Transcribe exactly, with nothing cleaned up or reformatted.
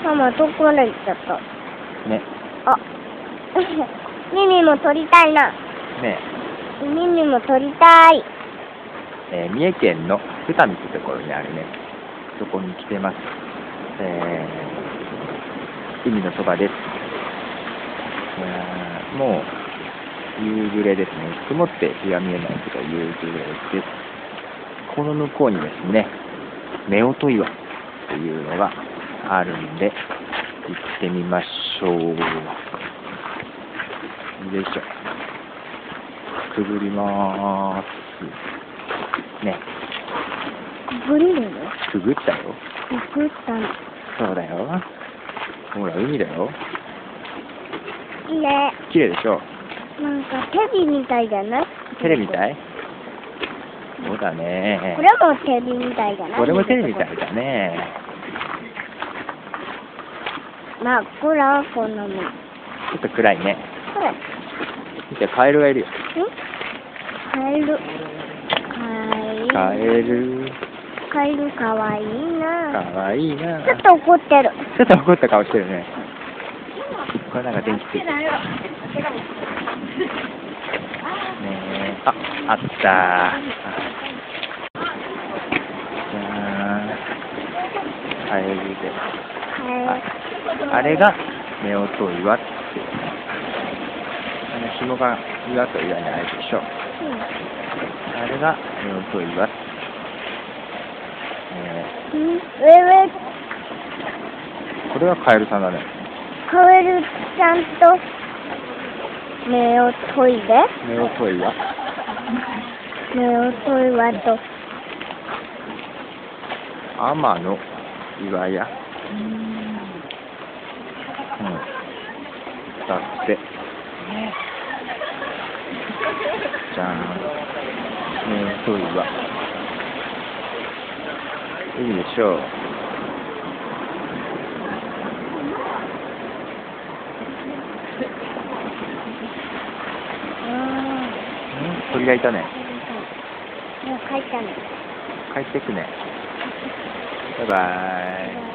ママ、どこまで行っちゃった。 ね。 あ、ミミも撮りたいな。 ね。 ミミも撮りたい。 えー、三重県の二見ってところにあるね、そこに来てます。えー、海のそばです。えー、もう夕暮れですね。曇って日が見えないけど夕暮れです。この向こうにですね、夫婦岩っていうのがあるんで、行ってみましょう。よいしょ。くぐりまーす。ね。 くぐれるの？ くぐったよ。 くぐったの。 そうだよ。ほら、海だよ。 きれい。 きれいでしょ。 なんかテレビみたいじゃない？ テレビみたい？そうだね。 これもテレビみたいじゃない？ これもテレビみたいだね。 真っ暗、この海。ちょっと暗いね。 これ。 見て、カエルがいるよ。ん？ カエル。 カエル。 カエルかわいいな。 かわいいな。 ちょっと怒ってる。 ちょっと怒った顔してるね。これなんか電気ついてる。ねえ、あ、あった。じゃーん。カエルで。あ、あれが夫婦岩って。あの紐が岩と岩にあるでしょ。うん、あれが夫婦岩。えー、 うん、上上。 これはカエルさんだね。 カエルちゃんと夫婦岩。 夫婦岩。 夫婦岩と天の岩屋。うん。だって。じゃん。夫婦岩。いいでしょう。鳥がいたね。 もう帰ったね。 帰ってくね。バイバーイ。